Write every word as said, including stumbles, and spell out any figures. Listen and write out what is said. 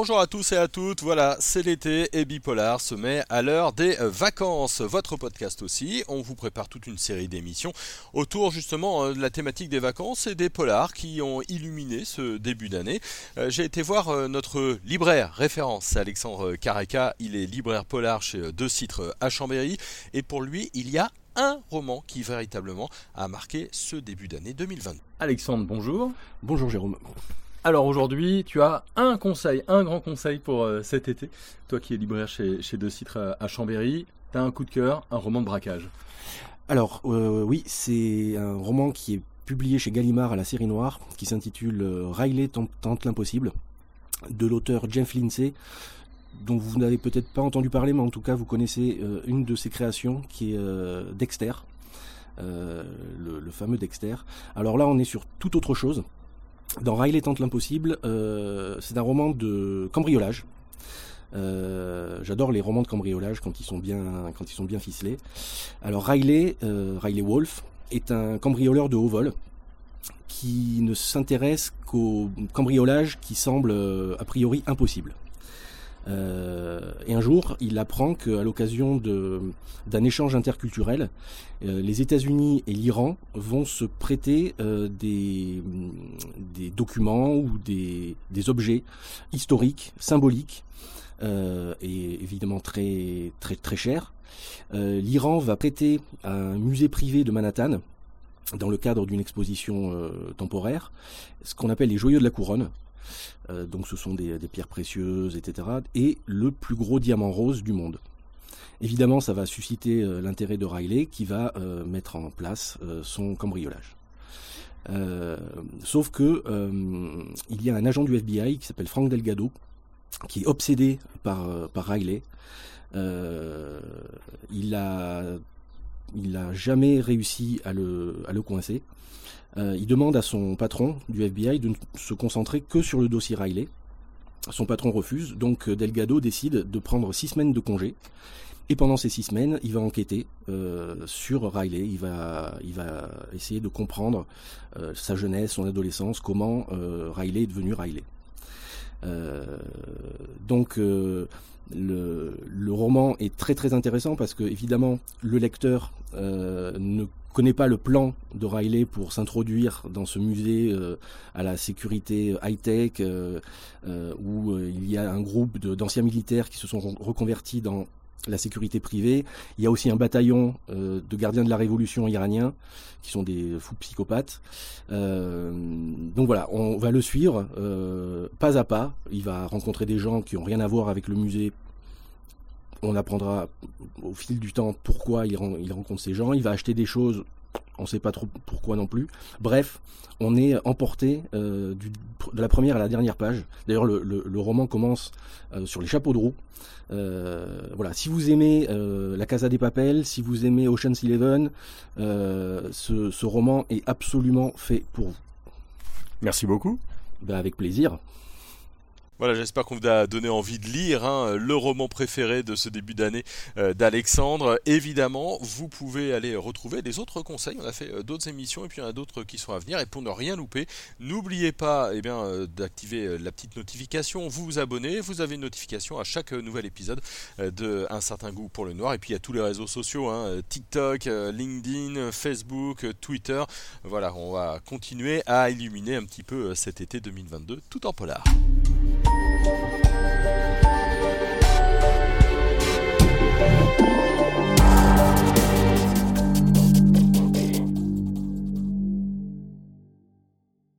Bonjour à tous et à toutes, voilà, c'est l'été et Bipolar se met à l'heure des vacances. Votre podcast aussi, on vous prépare toute une série d'émissions autour justement de la thématique des vacances et des polars qui ont illuminé ce début d'année. Euh, j'ai été voir notre libraire référence, c'est Alexandre Caraca, il est libraire polar chez Deux Citres à Chambéry et pour lui, il y a un roman qui véritablement a marqué ce début d'année deux mille vingt. Alexandre, bonjour. Bonjour Jérôme. Alors aujourd'hui, tu as un conseil, un grand conseil pour euh, cet été. Toi qui es libraire chez, chez Deux Citres à, à Chambéry, tu as un coup de cœur, un roman de braquage. Alors euh, oui, c'est un roman qui est publié chez Gallimard à la série noire, qui s'intitule euh, Riley tente, tente l'impossible, de l'auteur Jeff Lindsay, dont vous n'avez peut-être pas entendu parler, mais en tout cas vous connaissez euh, une de ses créations, qui est euh, Dexter, euh, le, le fameux Dexter. Alors là on est sur toute autre chose. Dans Riley tente l'impossible, euh, c'est un roman de cambriolage. Euh, j'adore les romans de cambriolage quand ils sont bien, quand ils sont bien ficelés. Alors Riley, euh, Riley Wolf, est un cambrioleur de haut vol qui ne s'intéresse qu'au cambriolage qui semble euh, a priori impossible. Euh, et un jour, il apprend qu'à l'occasion de, d'un échange interculturel, euh, les États-Unis et l'Iran vont se prêter euh, des, des documents ou des, des objets historiques, symboliques, euh, et évidemment très très très chers. Euh, L'Iran va prêter à un musée privé de Manhattan, dans le cadre d'une exposition euh, temporaire, ce qu'on appelle les joyaux de la couronne. Euh, donc ce sont des, des pierres précieuses, et cetera. Et le plus gros diamant rose du monde. Évidemment, ça va susciter euh, l'intérêt de Riley qui va euh, mettre en place euh, son cambriolage. Euh, sauf que euh, il y a un agent du F B I qui s'appelle Frank Delgado qui est obsédé par, euh, par Riley. Euh, il a, il a jamais réussi à le, à le coincer. Euh, il demande à son patron du F B I de ne se concentrer que sur le dossier Riley. Son patron refuse, donc Delgado décide de prendre six semaines de congé. Et pendant ces six semaines, il va enquêter euh, sur Riley. Il va, il va essayer de comprendre euh, sa jeunesse, son adolescence, comment euh, Riley est devenu Riley. Euh, donc euh, le, le roman est très très intéressant parce que évidemment le lecteur euh, ne connaît pas le plan de Riley pour s'introduire dans ce musée euh, à la sécurité high-tech euh, euh, où euh, il y a un groupe de, d'anciens militaires qui se sont reconvertis dans la sécurité privée. Il y a aussi un bataillon euh, de gardiens de la révolution iraniens qui sont des fous psychopathes. Euh, donc voilà, on va le suivre euh, pas à pas. Il va rencontrer des gens qui ont rien à voir avec le musée. On apprendra au fil du temps pourquoi il, ren- il rencontre ces gens. Il va acheter des choses, on ne sait pas trop pourquoi non plus. Bref, on est emporté euh, du, de la première à la dernière page. D'ailleurs, le, le, le roman commence euh, sur les chapeaux de roue. Euh, voilà, si vous aimez euh, La Casa des Papel, si vous aimez Ocean's Eleven, euh, ce, ce roman est absolument fait pour vous. Merci beaucoup. Ben, avec plaisir. Voilà, j'espère qu'on vous a donné envie de lire hein, le roman préféré de ce début d'année euh, d'Alexandre. Évidemment, vous pouvez aller retrouver des autres conseils. On a fait euh, d'autres émissions et puis il y en a d'autres qui sont à venir. Et pour ne rien louper, n'oubliez pas eh bien, euh, d'activer euh, la petite notification. Vous vous abonnez, vous avez une notification à chaque euh, nouvel épisode euh, de Un certain goût pour le noir. Et puis il y a tous les réseaux sociaux, hein, TikTok, euh, LinkedIn, Facebook, euh, Twitter. Voilà, on va continuer à illuminer un petit peu euh, cet été deux mille vingt-deux tout en polar.